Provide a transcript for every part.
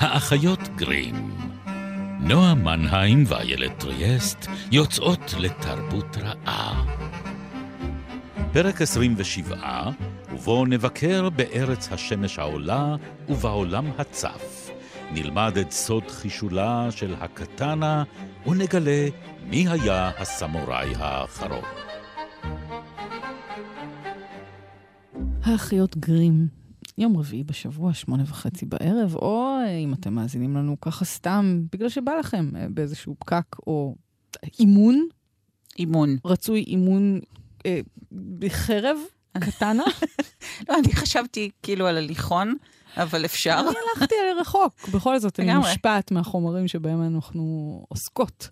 האחיות גרים. נועה מנהיים ואיילת טריאסט יוצאות לתרבות רעה. פרק 27, ובו נבקר בארץ השמש העולה ובעולם הצף. נלמד את סוד חישולה של הקטנה ונגלה מי היה הסמוראי האחרון. האחיות גרים, יום רביעי בשבוע, 8:30 בערב, או אם אתם מאזינים לנו ככה סתם, בגלל שבא לכם באיזשהו פקק או אימון. רצוי אימון בחרב קטנה. לא, אני חשבתי כאילו על הליכון, אבל אפשר. אני הלכתי על רחוק. בכל זאת, אני משפט מהחומרים שבהם אנחנו עוסקות.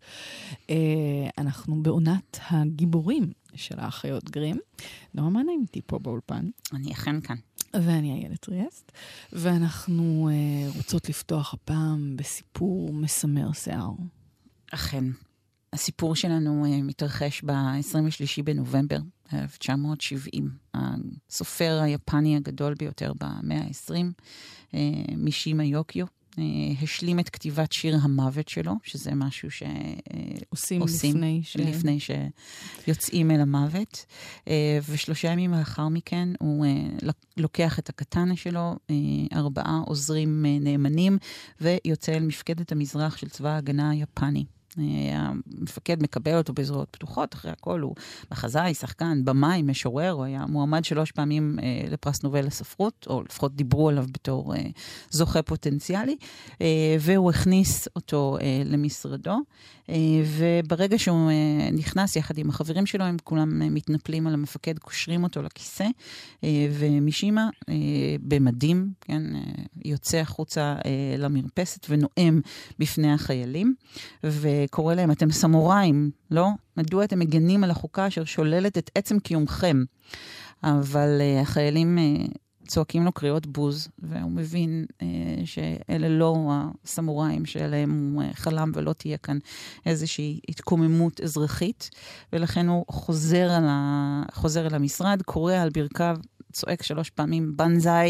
אנחנו בעונת הגיבורים של האחיות גרים. נועה מנהיים איתי פה באולפן. אני אכן כאן. ואני איילת טריאסט. ואנחנו רוצות לפתוח הפעם בסיפור מסמר שיער. אכן. הסיפור שלנו מתרחש ב-23 בנובמבר 1970. הסופר היפני הגדול ביותר במאה ה-20, מישימה יוקיו, השלים את כתיבת שיר המוות שלו, שזה משהו שעושים לפני שיוצאים אל המוות. ו3 ימים לאחר מכן הוא לוקח את הקטנה שלו, 4 עוזרים נאמנים, ויוצא אל מפקדת המזרח של צבא ההגנה היפני. המפקד מקבל אותו בזרועות פתוחות, אחרי הכל הוא מחזאי, שחקן, במאי, משורר, הוא היה מועמד 3 פעמים לפרס נובל לספרות, או לפחות דיברו עליו בתור זוכה פוטנציאלי, והוא הכניס אותו למשרדו, וברגע שהוא נכנס יחד עם החברים שלו, הם כולם מתנפלים על המפקד, קושרים אותו לכיסא, ומישימה במדים, כן, יוצא החוצה למרפסת ונואם בפני החיילים, וקורא להם, אתם סמוראים, לא? מדוע אתם מגנים על החוקה אשר שוללת את עצם קיומכם? אבל החיילים צועקים לו קריאות בוז, והוא מבין שאלה לא הסמוראים שאליהם הוא חלם, ולא תהיה כאן איזושהי התקוממות אזרחית, ולכן הוא חוזר אל המשרד, קורא על ברכיו, צועק 3 פעמים בנזאי,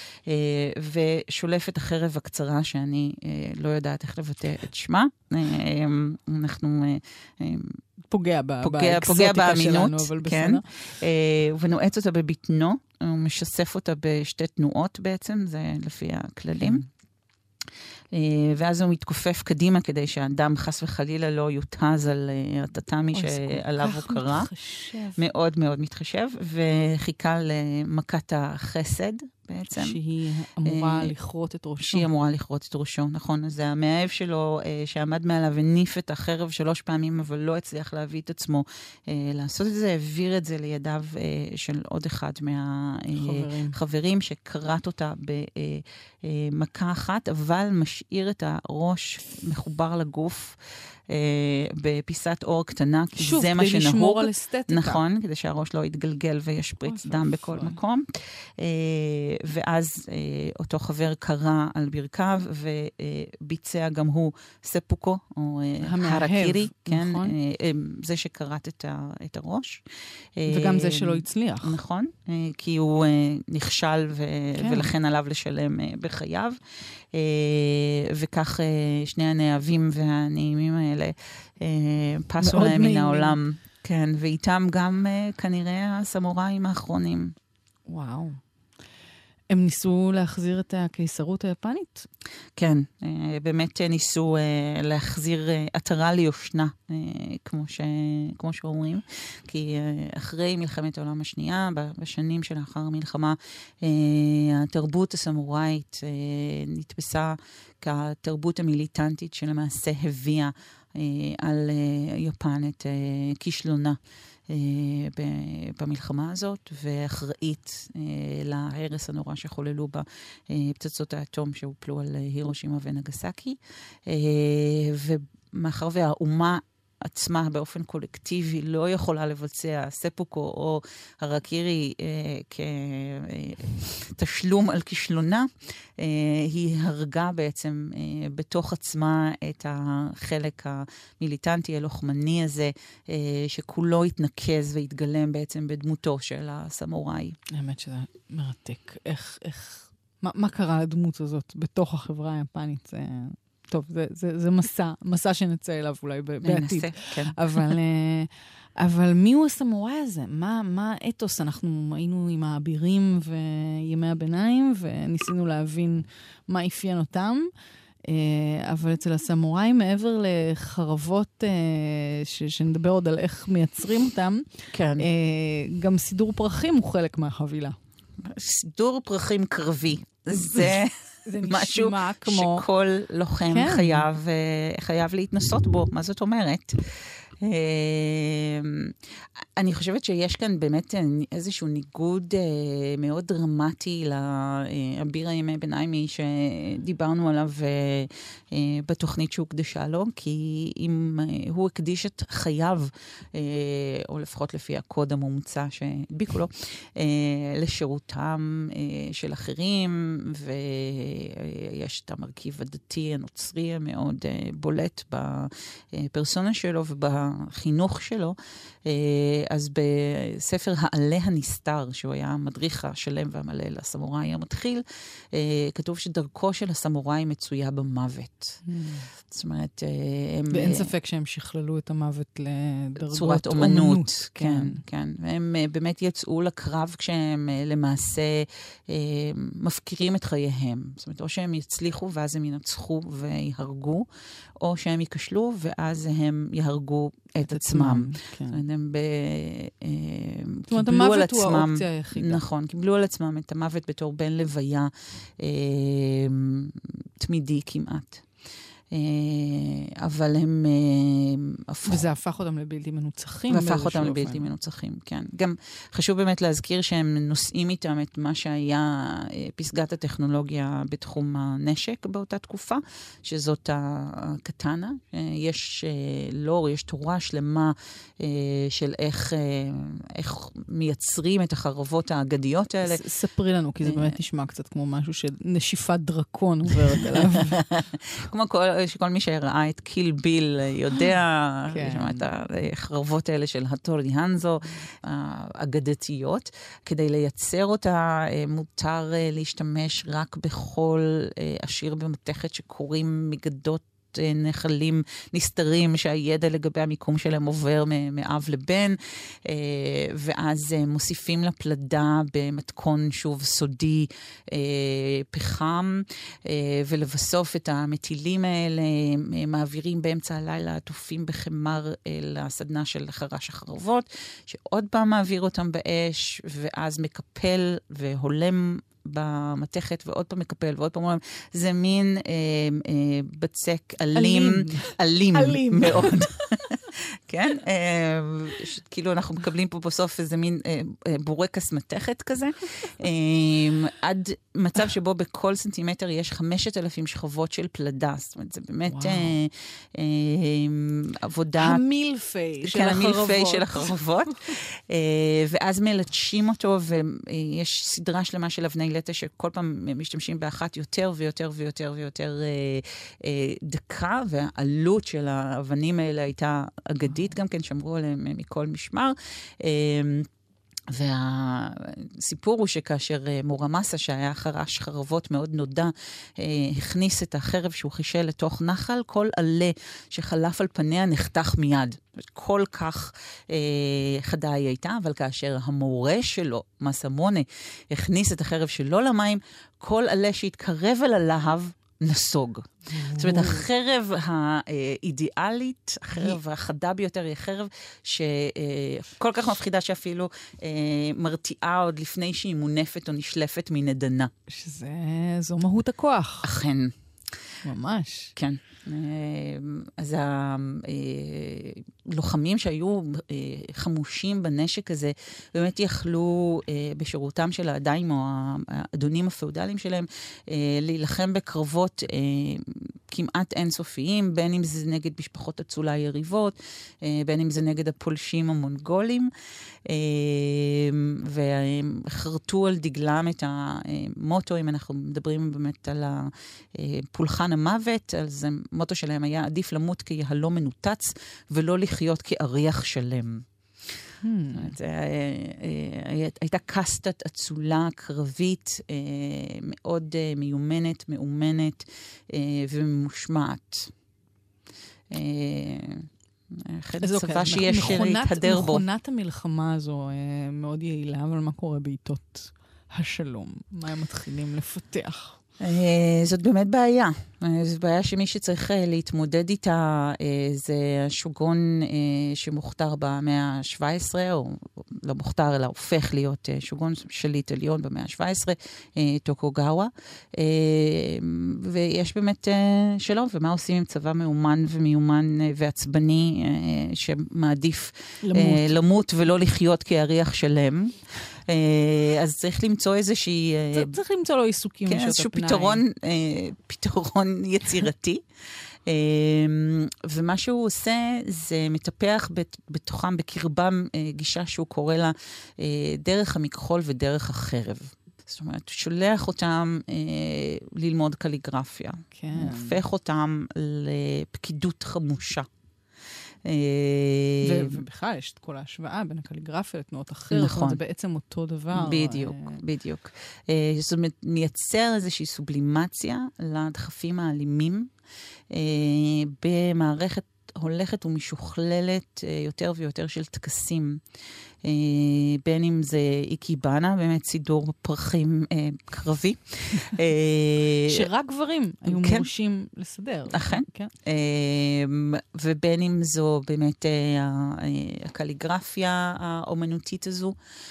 ושולף את החרב הקצרה שאני לא יודעת איך לבטא את שמה. אנחנו פוגע באמינות שלנו, אבל כן. בסדר. ונועץ אותה בבטנו, הוא משסף אותה ב2 תנועות בעצם, זה לפי הכללים. ואז הוא מתכופף קדימה כדי שהאדם חס וחלילה לא יותז על הטטמי שעליו הוא קרא. מאוד מאוד מתחשב, וחיכה למכת החסד בעצם. שהיא אמורה לכרות את ראשו. שהיא אמורה לכרות את ראשו, נכון. אז זה המאהב שלו שעמד מעליו וניף את החרב 3 פעמים, אבל לא הצליח להביא את עצמו לעשות את זה, העביר את זה לידיו של עוד אחד מהחברים שקראת אותה במכה אחת, אבל משאיר את הראש מחובר לגוף, בפיסת אור קטנה, כי שוב, זה מה שנהוג. כדי לשמור על אסתטיקה. נכון, כדי שהראש לא יתגלגל וישפריץ דם בכל מקום. ואז אותו חבר קרא על ברכיו, וביצע גם הוא ספוקו, או הרקירי, כן, זה שקראת את הראש. וגם זה שלא הצליח. נכון, כי הוא נכשל, ולכן עליו לשלם בחייו. וכך 2 הנאהבים והנעימים האלה פסו להם מן העולם. כן, ואיתם גם כנראה הסמוראים האחרונים. וואו. הם ניסו להחזיר את הקיסרות היפנית? כן, באמת ניסו להחזיר עטרה ליושנה, כמו שאומרים, כי אחרי מלחמת העולם השנייה, בשנים שלאחר המלחמה, התרבות הסמוראית נתפסה כתרבות המיליטנטית שלמעשה הביאה על יפן את כישלונה במלחמה הזאת, ואחראית להרס הנורא שחוללו בה פצצות האטום שהופלו על הירושימה ונגסקי. ומאחר והאומה עצמה באופן קולקטיבי לא יכולה לבצע ספוקו או הרקירי כתשלום על כישלונה, היא הרגה בעצם בתוך עצמה את החלק המיליטנטי הלוחמני הזה, שכולו התנקז והתגלם בעצם בדמותו של הסמוראי. האמת שזה מרתק. מה קרה לדמות הזאת בתוך החברה היפנית? טוב, זה מסע שנצא אליו אולי בעתיד. כן. אבל מי הוא הסמוראי הזה? מה האתוס? אנחנו היינו עם האבירים וימי הביניים, וניסינו להבין מה אפיין אותם. אבל אצל הסמוראי, מעבר לחרבות, שנדבר עוד על איך מייצרים אותם, כן. גם סידור פרחים הוא חלק מהחבילה. סידור פרחים קרבי. זה משהו כמו... שכל לוחם חייב להתנסות בו. מה זאת אומרת? אני חושבת שיש כאן באמת איזשהו ניגוד מאוד דרמטי לאביר הימי ביניימי שדיברנו עליו בתוכנית שהוקדשה לו, כי אם הוא הקדיש את חייו, או לפחות לפי הקוד המומצא שהדביקו לו, לשירותם של אחרים, ויש את המרכיב הדתי הנוצרי המאוד בולט בפרסונה שלו ובחינוך שלו, אז בספר העלה הנסתר, שהוא היה המדריך השלם והמלא לסמוראי המתחיל, כתוב שדרכו של הסמוראי מצויה במוות. זאת אומרת, ואין ספק שהם שכללו את המוות לדרגות צורת אומנות. כן, כן. והם באמת יצאו לקרב כשהם למעשה מפקירים את חייהם. זאת אומרת, או שהם יצליחו ואז הם ינצחו ויהרגו, או שהם ייכשלו ואז הם יהרגו את עצמם. הם קיבלו על עצמם... הוא האופציה היחידה. נכון, קיבלו על עצמם את המוות בתור בן לוויה תמידי כמעט. אבל הם הפכו... וזה הפך אותם לבלתי מנוצחים. והפך אותם לבלתי מנוצחים, כן. גם חשוב באמת להזכיר שהם נושאים איתם את מה שהיה פסגת הטכנולוגיה בתחום הנשק באותה תקופה, שזאת הקטנה. יש לור, יש תורה שלמה של איך מייצרים את החרבות האגדיות האלה. ספרי לנו, כי זה באמת נשמע קצת כמו משהו שנשיפת דרקון עוברת אליו. כמו שכל מי שראה את קיל ביל יודע, את החרבות האלה של הטורי הנזו, האגדתיות. כדי לייצר אותה מותר להשתמש רק בכל עשיר במתכת שקוראים מגדות נחלים נסתרים שהידע לגבי המיקום שלהם עובר מאב לבן, ואז מוסיפים לפלדה במתכון שוב סודי פחם, ולבסוף את המטילים האלה מעבירים באמצע הלילה, עטופים בחמר לסדנה של חרש החרבות, שעוד פעם מעביר אותם באש, ואז מקפל והולם במתכת, ועוד פעם מקפל, ועוד פעם אומרים, זה מין בצק אלים מאוד. כן? כאילו אנחנו מקבלים פה בסוף איזה מין בורקס מתכת כזה, עד מצב שבו בכל סנטימטר יש 5,000 שכבות של פלדה. זאת אומרת, זה באמת עבודה... המילפי של החרבות. המילפי של החרבות. ואז מלטשים אותו, ויש סדרה שלמה של אבני לטה שכל פעם משתמשים באחת יותר ויותר ויותר ויותר דקה, והעלות של האבנים האלה הייתה אגדית, גם כן שמרו עליהם מכל משמר. והסיפור הוא שכאשר מורמסה, שהיה חרש חרבות מאוד נודע, הכניס את החרב שהוא חישל לתוך נחל, כל עלה שחלף על פניה נחתך מיד. כל כך חדה היא הייתה, אבל כאשר המורה שלו, מסמונה, הכניס את החרב שלו למים, כל עלה שהתקרב אל הלהב, נסוג. זאת אומרת, החרב האידיאלית, החרב החדה ביותר, היא חרב שכל כך מפחידה שאפילו מרתיעה עוד לפני שהיא מונפת או נשלפת מנדנה. זו מהות הכוח. אכן. ממש. כן. אז הלוחמים שהיו חמושים בנשק הזה, באמת יכלו בשירותם של העדיים או האדונים הפאודליים שלהם, להילחם בקרבות כמעט אינסופיים, בין אם זה נגד משפחות אצולה היריבות, בין אם זה נגד הפולשים המונגולים, והם חרטו על דגלם את המוטו, אם אנחנו מדברים באמת על פולחן המוות, על זה המוטו שלהם היה עדיף למות כיהלום מנותץ, ולא לחיות כאריח שלם. הייתה קסטת אצולה קרבית, מאוד מיומנת, מאומנת וממושמעת. צבא שיש להתהדר בו. מכונת המלחמה הזו מאוד יעילה, אבל מה קורה בעיתות השלום? מה הם מתחילים לפתח? זאת באמת בעיה. זו בעיה שמי שצריך להתמודד איתה זה השוגון שמוכתר במאה ה-17, או לא מוכתר, אלא הופך להיות שוגון שליט עליון במאה ה-17, טוקוגאווה. ויש באמת שלום, ומה עושים עם צבא מאומן ומיומן ועצבני שמעדיף למות ולא לחיות כאריח שלם. אז צריך למצוא איזושהי... צריך למצוא לו עיסוקים בשעות הפנאי. איזשהו פתרון יצירתי. ומה שהוא עושה זה מטפח בתוכם, בקרבם, גישה שהוא קורא לה דרך המכחול ודרך החרב. זאת אומרת, הוא שולח אותם ללמוד קליגרפיה. כן. הוא הופך אותם לפקידות חמושה. ובכלל יש את כל ההשוואה בין הקליגרפיה לתנועות החרב, נכון. זה בעצם אותו דבר. בדיוק. זאת אומרת, מייצר איזושהי סובלימציה לדחפים האלימים, במערכת הולכת ומשוכללת יותר ויותר של טקסים. בין אם זה איקיבאנה, באמת סידור פרחים קרבי. שרק גברים היו מורשים לסדר. אכן. ובין אם זו באמת הקליגרפיה האומנותית הזו,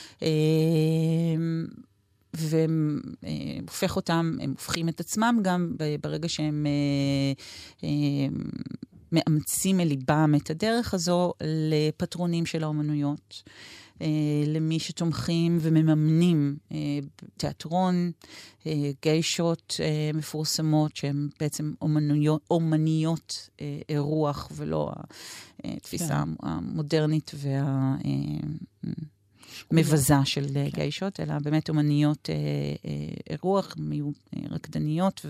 והופך אותם, הם הופכים את עצמם גם ברגע שהם מאמצים אל ליבם את הדרך הזו לפטרונים של האומנויות, למי שתומכים ומממנים תיאטרון, גיישות מפורסמות שהן בעצם אומניות אירוח ולא התפיסה המודרנית מבזה של גיישות, אלא באמת אומניות אירוח, רקדניות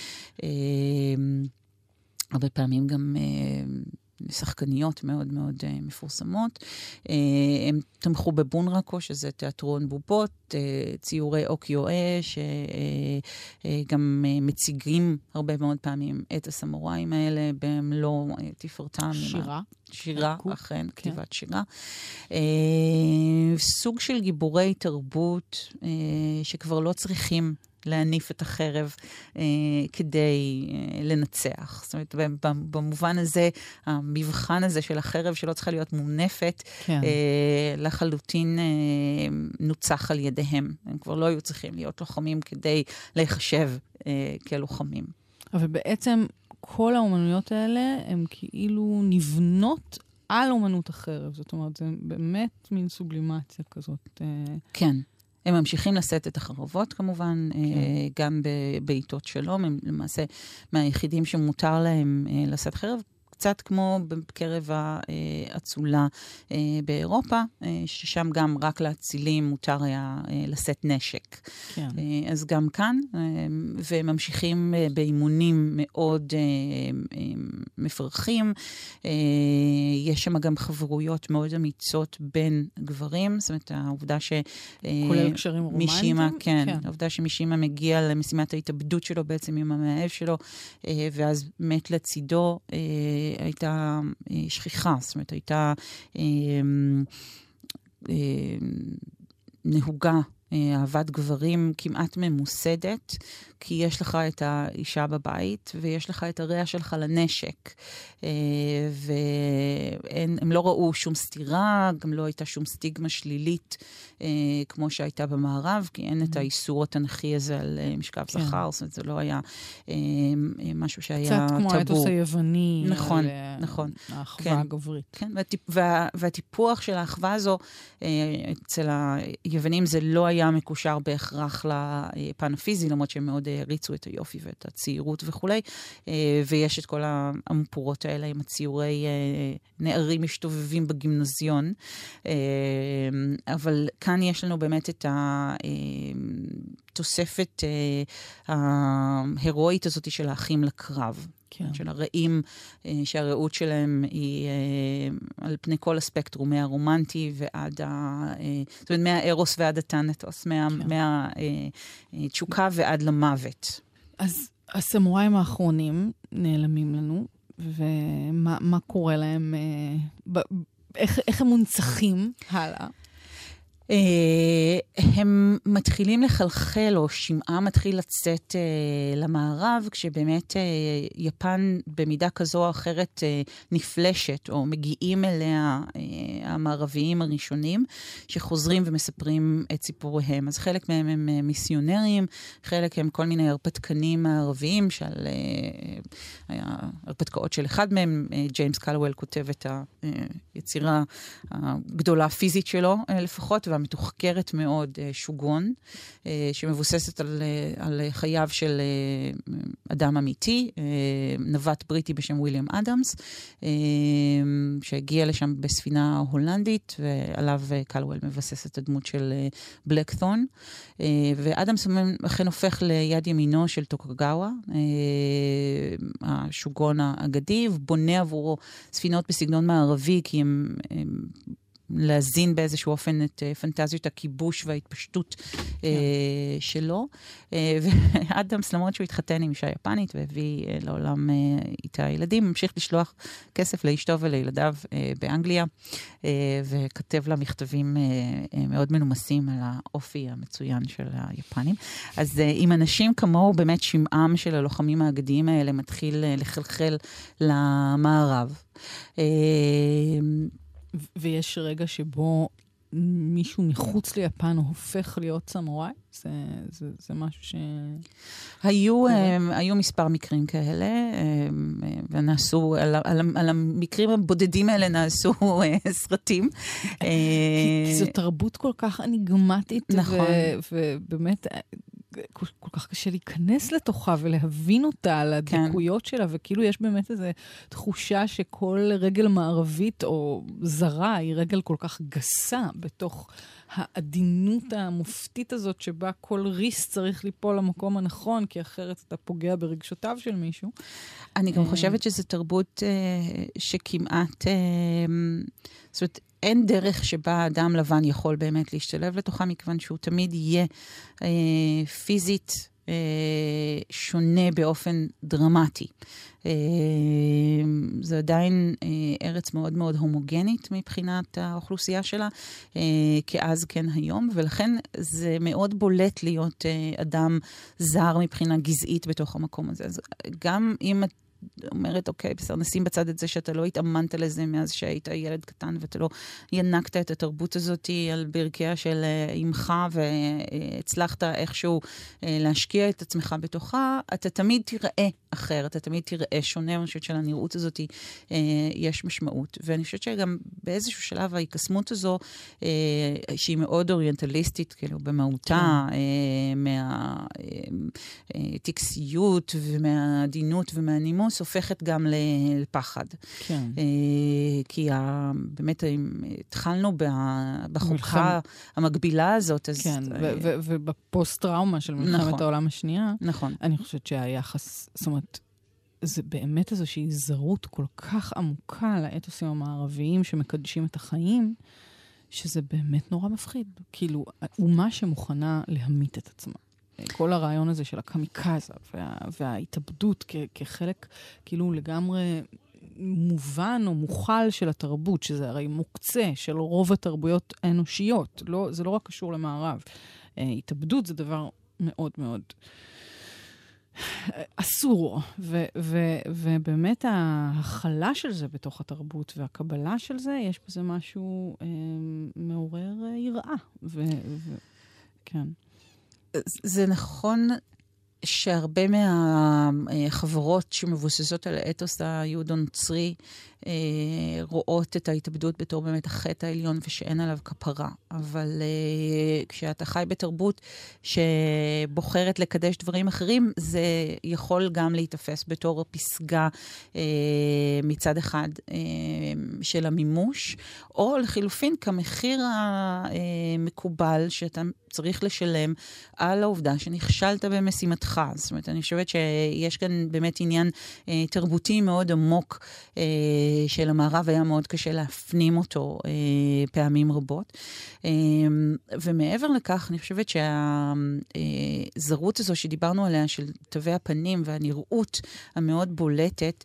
הרבה פעמים גם שחקניות מאוד מאוד מפורסמות. הם תמכו בבונרקו, שזה תיאטרון בובות, ציורי אוקיו-אה, שגם מציגים הרבה מאוד פעמים את הסמוראים האלה, במלוא תפארתם. שירה, אכן, כתיבת שירה. סוג של גיבורי תרבות שכבר לא צריכים להניף את החרב כדי לנצח. זאת אומרת, במובן הזה, המבחן הזה של החרב שלא צריכה להיות מונפת, לחלוטין נוצח על ידיהם. הם כבר לא היו צריכים להיות לוחמים כדי להיחשב כלוחמים. אבל בעצם כל האומנויות האלה הן כאילו נבנות על אומנות החרב. זאת אומרת, זה באמת מין סובלימציה כזאת. כן. הם ממשיכים לשאת את החרבות כמובן, גם בעיתות שלום, הם למעשה מהיחידים שמותר להם לשאת חרב, קצת כמו בקרב האצולה באירופה, ששם גם רק להצילים מותר היה לשאת נשק. כן. אז גם כאן, וממשיכים באימונים מאוד מפרכים. יש שם גם חברויות מאוד אמיצות בין גברים, זאת אומרת, העובדה כולל קשרים רומנטיים? כן, העובדה שמישימה מגיע למשימת ההתאבדות שלו בעצם עם המאהב שלו, ואז מת לצידו, הייתה שכיחה, זאת אומרת, הייתה נהוגה, אהבת גברים כמעט ממוסדת, כי יש לך את האישה בבית, ויש לך את הרע שלך לנשק. והם לא ראו שום סתירה, גם לא הייתה שום סטיגמה שלילית, כמו שהייתה במערב, כי אין את האיסור התנכי הזה על משכב זכר, זאת אומרת, זה לא היה משהו שהיה טאבו. קצת כמו האתוס היווני. נכון. האחווה הגברית. כן, והטיפוח של האחווה הזו, אצל היוונים זה לא היה מקושר בהכרח לפן הפיזי, למרות שהם מאוד הריצו את היופי ואת הצעירות וכו'. ויש את כל המפורות האלה עם הציורי נערים משתובבים בגימנזיון. אבל כאן יש לנו באמת את התוספת ההירואית הזאת של האחים לקרב. כן. של הרעים, שהרעות שלהם היא על פני כל הספקטרום, מהרומנטי ועד זאת אומרת, מהארוס ועד הטנטוס, מהתשוקה ועד למוות. אז הסמוראים האחרונים נעלמים לנו, ומה קורה להם, איך הם מונצחים הלאה? הם מתחילים לחלחל, או שמעה מתחיל לצאת למערב, כשבאמת יפן במידה כזו או אחרת נפלשת, או מגיעים אליה המערביים הראשונים, שחוזרים ומספרים את סיפוריהם. אז חלק מהם הם מיסיונרים, חלק הם כל מיני הרפתקנים מערביים, שעל הרפתקאות של אחד מהם, ג'יימס קלוול כותב את היצירה הגדולה הפיזית שלו לפחות, והמתוחקרת מאוד שוגון, שמבוססת על חייו של אדם אמיתי, נווט בריטי בשם וויליאם אדמס, שהגיע לשם בספינה הולנדית, ועליו קלוול מבסס את הדמות של בלקת'ורן. ואדמס אכן הופך ליד ימינו של טוקוגאווה, השוגון האגדי, ובונה עבורו ספינות בסגנון מערבי, כי הם להזין באיזשהו אופן את פנטזיות הכיבוש וההתפשטות שלו. ואדמס, למרות שהוא התחתן עם אישה יפנית והביא לעולם איתה ילדים, ממשיך לשלוח כסף לאשתו ולילדיו באנגליה, וכתב לה מכתבים מאוד מנומסים על האופי המצוין של היפנים. אז עם אנשים כמוהו, באמת שמעם של הלוחמים האגדיים האלה מתחיל לחלחל למערב. ויש רגע שבו מישהו מחוץ ליפן הופך להיות סמוראי? זה משהו ש... היו מספר מקרים כאלה, ונעשו, על המקרים הבודדים האלה נעשו סרטים. כי זו תרבות כל כך אניגמטית, ובאמת כל כך קשה להיכנס לתוכה ולהבין אותה על הדקויות שלה, וכאילו יש באמת איזו תחושה שכל רגל מערבית או זרה היא רגל כל כך גסה בתוך העדינות המופתית הזאת, שבה כל ריס צריך ליפול למקום הנכון, כי אחרת אתה פוגע ברגשותיו של מישהו. אני גם חושבת שזו תרבות שכמעט, זאת אומרת, אין דרך שבה אדם לבן יכול באמת להשתלב לתוכה, מכיוון שהוא תמיד יהיה פיזית שונה באופן דרמטי. זה עדיין ארץ מאוד מאוד הומוגנית מבחינת האוכלוסייה שלה, כאז כן היום, ולכן זה מאוד בולט להיות אדם זר מבחינה גזעית בתוך המקום הזה. אז גם אם את אומרת, אוקיי, בסדר, נשים בצד את זה שאתה לא התאמנת לזה מאז שהיית ילד קטן, ואתה לא ינקת את התרבות הזאת על ברכיה של אמך, והצלחת איכשהו להשקיע את עצמך בתוכה, אתה תמיד תראה אחר, אתה תמיד תראה שונה. אני חושבת שלנראות הזאת יש משמעות. ואני חושבת שגם באיזשהו שלב ההיקסמות הזו, שהיא מאוד אוריינטליסטית, כאילו במהותה, מהטקסיות ומהעדינות ומהנימוס, הופכת גם לפחד. כן. כי באמת התחלנו בחוקה המקבילה הזאת. כן, ובפוסט-טראומה של מלחמת העולם השנייה, נכון. אני חושבת שהיחס, זאת אומרת, זה באמת איזושהי זרות כל כך עמוקה לאתוסים המערביים שמקדשים את החיים, שזה באמת נורא מפחיד. כאילו, אומה שמוכנה להמית את עצמה. כל הרעיון הזה של הקמיקזה וההתאבדות כחלק כאילו לגמרי מובן או מוכל של התרבות, שזה הרי מוקצה של רוב התרבויות האנושיות. זה לא רק קשור למערב. התאבדות זה דבר מאוד מאוד אסור, ובאמת ההכלה של זה בתוך התרבות והקבלה של זה, יש בזה משהו מעורר יראה. כן. זה נכון שהרבה מהחברות שמבוססות על האתוס היהודו-נוצרי רואות את ההתאבדות בתור באמת החטא העליון ושאין עליו כפרה. אבל כשאתה חי בתרבות שבוחרת לקדש דברים אחרים, זה יכול גם להתאפס בתור פסגה מצד אחד של המימוש, או לחילופין כמחיר המקובל שאתה צריך לשלם על העובדה שנכשלת במשימתך הצלחה. זאת אומרת, אני חושבת שיש כאן באמת עניין תרבותי מאוד עמוק של המערב, היה מאוד קשה להפנים אותו פעמים רבות. ומעבר לכך, אני חושבת שהזרות הזו שדיברנו עליה, של תווי הפנים והנראות המאוד בולטת,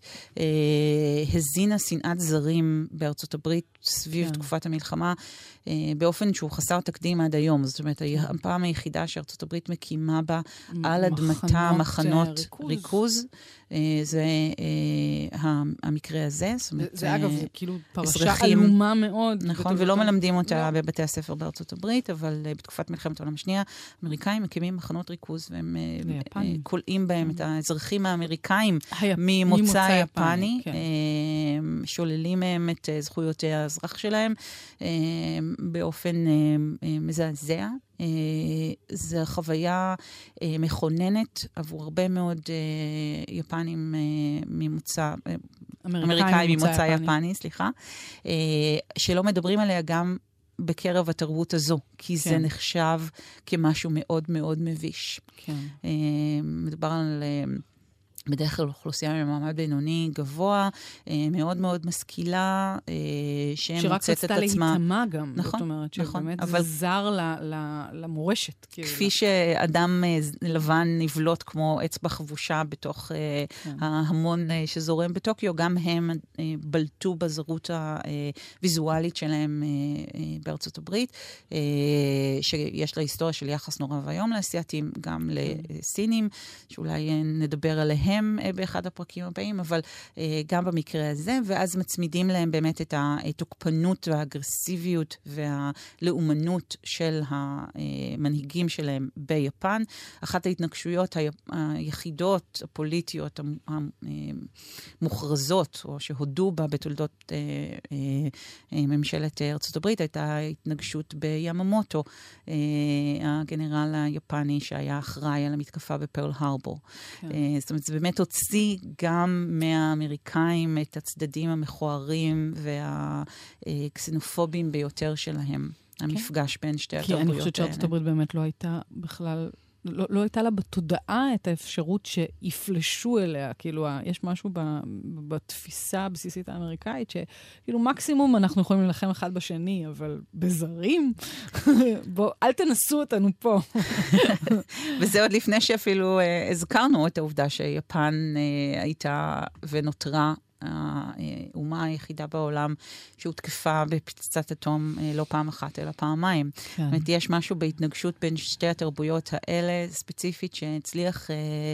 הזינה שנאת זרים בארצות הברית סביב תקופת המלחמה, באופן שהוא חסר תקדים עד היום. זאת אומרת, הפעם היחידה שארצות הברית מקימה בה על אדמתה מחנות ריכוז, זה המקרה הזה. זה אגב, זה כאילו פרשה עלומה מאוד. נכון, ולא מלמדים אותה בבתי הספר בארצות הברית, אבל בתקופת מלחמת העולם השנייה, אמריקאים מקימים מחנות ריכוז, והם קולעים בהם את האזרחים האמריקאים ממוצא יפני, שוללים מהם את זכויותי האזרח שלהם, באופן מזעזע. זו חוויה מכוננת עבור הרבה מאוד יפנים ממוצא, אמריקאים ממוצא יפני, סליחה, שלא מדברים עליה גם בקרב התרבות הזו, כי זה נחשב כמשהו מאוד מאוד מביש. מדובר על בדרך כלל אוכלוסייה ממעמד בינוני גבוה, מאוד מאוד משכילה, שמוצאת את עצמה. שרק רצתה להתאמה גם. נכון, זאת אומרת, נכון. שבאמת זה זר למורשת. כפי שאדם לבן נבלוט כמו אצבע חבושה בתוך ההמון שזורם בטוקיו, גם הם בלטו בזרות הוויזואלית שלהם בארצות הברית, שיש לה היסטוריה של יחס נורא והיום לאסייתים, גם לסינים, שאולי נדבר עליהם באחד הפרקים הבאים, אבל גם במקרה הזה, ואז מצמידים להם באמת את התוקפנות והאגרסיביות והלאומנות של המנהיגים שלהם ביפן. אחת ההתנגשויות היחידות הפוליטיות המוכרזות, או שהודו בה בתולדות ממשלת ארצות הברית, הייתה התנגשות ביממוטו, הגנרל היפני שהיה אחראי על המתקפה בפרל הרבור. זאת אומרת, זה באמת הוציא גם מהאמריקאים את הצדדים המכוערים והקסינופובים ביותר שלהם, המפגש בין שתי התרבויות האלה. כי אני חושבת שארצות הברית באמת לא הייתה בכלל, לא הייתה לה בתודעה את האפשרות שיפלשו אליה. כאילו, יש משהו בתפיסה הבסיסית האמריקאית, שכאילו מקסימום אנחנו יכולים ללחם אחד בשני, אבל בזרים, בוא, אל תנסו אותנו פה. וזה עוד לפני שאפילו הזכרנו את העובדה שיפן הייתה ונותרה האומה היחידה בעולם שהותקפה בפצצת אטום לא פעם אחת, אלא פעמיים. זאת אומרת, יש משהו בהתנגשות בין שתי התרבויות האלה, ספציפית, שהצליח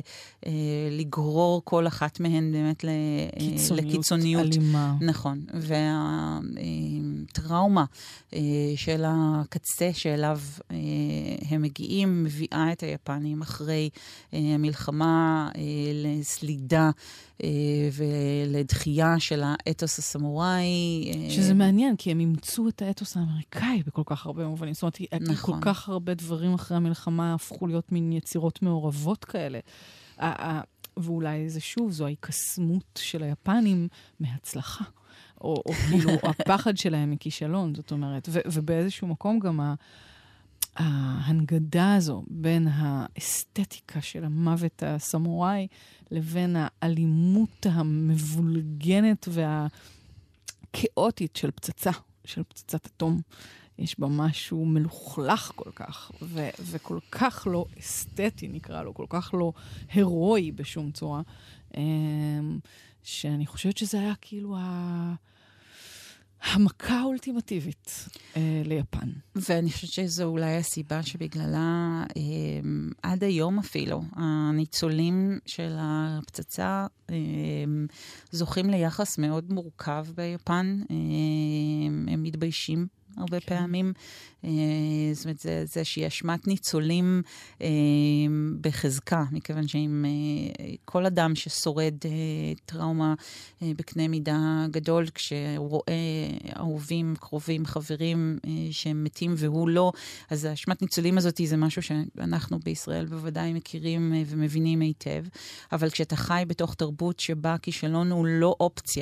לגרור כל אחת מהן באמת לקיצוניות. אלימה. נכון. והטראומה של הקצה שאליו הם מגיעים, מביאה את היפנים אחרי המלחמה לסלידה ולדחייה של האתוס הסמוראי. שזה מעניין, כי הם אימצו את האתוס האמריקאי בכל כך הרבה מובנים. זאת אומרת, נכון. כל כך הרבה דברים אחרי המלחמה הפכו להיות מין יצירות מעורבות כאלה. ואולי זה שוב, זו ההיקסמות של היפנים מהצלחה. או כאילו, הפחד שלהם מכישלון, זאת אומרת. ובאיזשהו מקום גם ההנגדה הזו בין האסתטיקה של המוות הסמוראי לבין האלימות המבולגנת והכאוטית של פצצת אטום. יש בה משהו מלוכלך כל כך, וכל כך לא אסתטי נקרא לו, כל כך לא הרואי בשום צורה, שאני חושבת שזה היה כאילו המכה האולטימטיבית ליפן. ואני חושבת שזו אולי הסיבה שבגללה עד היום אפילו, הניצולים של הפצצה זוכים ליחס מאוד מורכב ביפן. הם מתביישים הרבה פעמים. זאת אומרת, זה שהיא אשמת ניצולים בחזקה, מכיוון שאם כל אדם ששורד טראומה בקנה מידה גדול, כשהוא רואה אהובים, קרובים, חברים שהם מתים והוא לא, אז האשמת ניצולים הזאת זה משהו שאנחנו בישראל בוודאי מכירים ומבינים היטב, אבל כשאתה חי בתוך תרבות שבה כישלון הוא לא אופציה,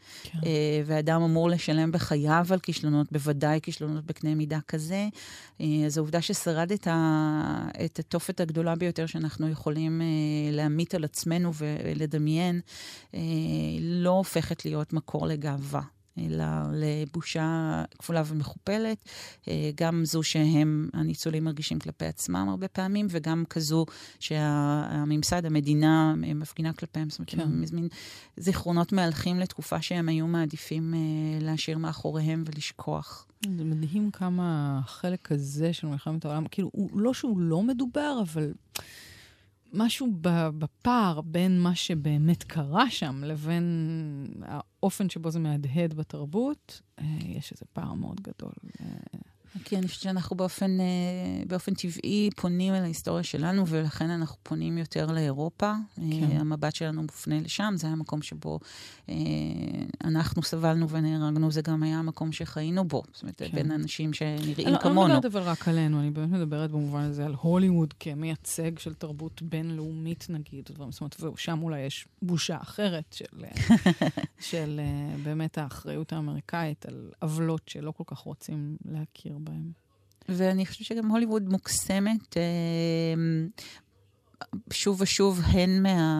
ואדם אמור לשלם בחייו על כישלונות, בוודאי כישלונות בקנה מידה כזה. אז העובדה ששרד את התופת הגדולה ביותר שאנחנו יכולים להמיט על עצמנו ולדמיין, לא הופכת להיות מקור לגאווה, אלא לבושה כפולה ומכופלת, גם זו שהם, הניצולים מרגישים כלפי עצמם הרבה פעמים, וגם כזו שהממסד, המדינה, מפגינה כלפיהם, זאת אומרת, הם מזמין זיכרונות מהלכים לתקופה שהם היו מעדיפים להשאיר מאחוריהם ולשכוח. זה מדהים כמה החלק הזה של מלחמת העולם, כאילו, לא שהוא לא מדובר, אבל משהו בפער בין מה שבאמת קרה שם, לבין האופן שבו זה מהדהד בתרבות, יש איזה פער מאוד גדול. כי אני חושבת שאנחנו באופן טבעי פונים אל ההיסטוריה שלנו, ולכן אנחנו פונים יותר לאירופה. המבט שלנו מופנה לשם, זה היה המקום שבו אנחנו סבלנו ונהרגנו, זה גם היה המקום שחיינו בו. זאת אומרת, בין אנשים שנראים כמונו. אני לא מדברת אבל רק עלינו, אני באמת מדברת במובן הזה על הוליווד כמייצג של תרבות בינלאומית נגיד, זאת אומרת, ושם אולי יש בושה אחרת של באמת האחריות האמריקאית על עוולות שלא כל כך רוצים להכיר בהם. ואני חושבת שגם הוליווד מוקסמת שוב ושוב, הן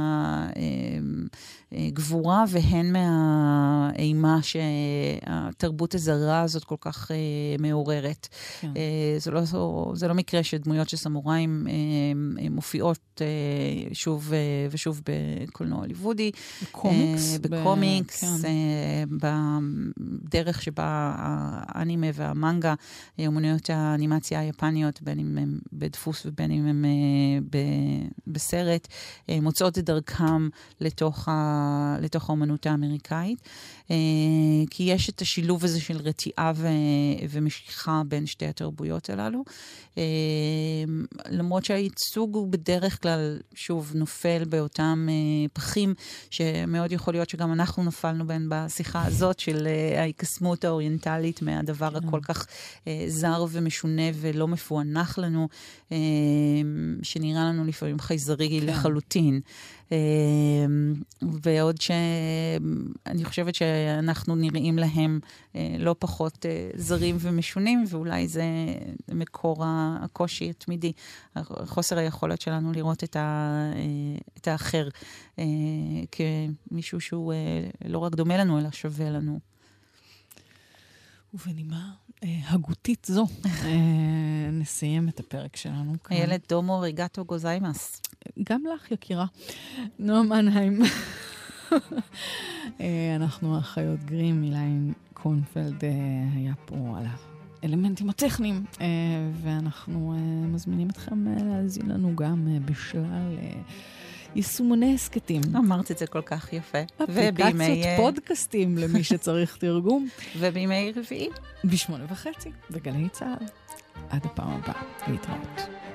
מהגבורה והן מהאימה שהתרבות הזרה הזאת כל כך מעוררת. כן. זה לא מקרה שדמויות של סמוראים מופיעות שוב ושוב בקולנוע הוליוודי. בקומיקס, בדרך שבה האנימה והמנגה, אומנויות האנימציה היפניות, בין אם הם בדפוס ובין אם הם בסרט, מוצאות את דרכם לתוך האומנות האמריקאית. כי יש את השילוב הזה של רתיעה ומשיכה בין שתי התרבויות הללו. למרות שהייצוג הוא בדרך כלל, שוב, נופל באותם פחים, שמאוד יכול להיות שגם אנחנו נפלנו בין בשיחה הזאת של ההיקסמות האוריינטלית מהדבר הכל כך זר ומשונה ולא מפוענח לנו, שנראה לנו לפעמים חייזרי לחלוטין. ועוד שאני חושבת שאנחנו נראים להם לא פחות זרים ומשונים, ואולי זה מקור הקושי התמידי, חוסר היכולת שלנו לראות את האחר כמישהו שהוא לא רק דומה לנו, אלא שווה לנו. ובנימה הגותית זו, נסיים את הפרק שלנו. איילת דומו ריגטו גוזיימאס. גם לך, יקירה. נועה מנהיים. אנחנו אחיות גרים, איליין קונפלד היה פה על האלמנטים הטכניים, ואנחנו מזמינים אתכם להזין לנו גם בשלל יישומוני הסקטים. אמרת את זה כל כך יפה. אפליקציות פודקאסטים למי שצריך תרגום. ובימי רביעי. 8:30 בגלי צהל. עד הפעם הבאה. להתראות.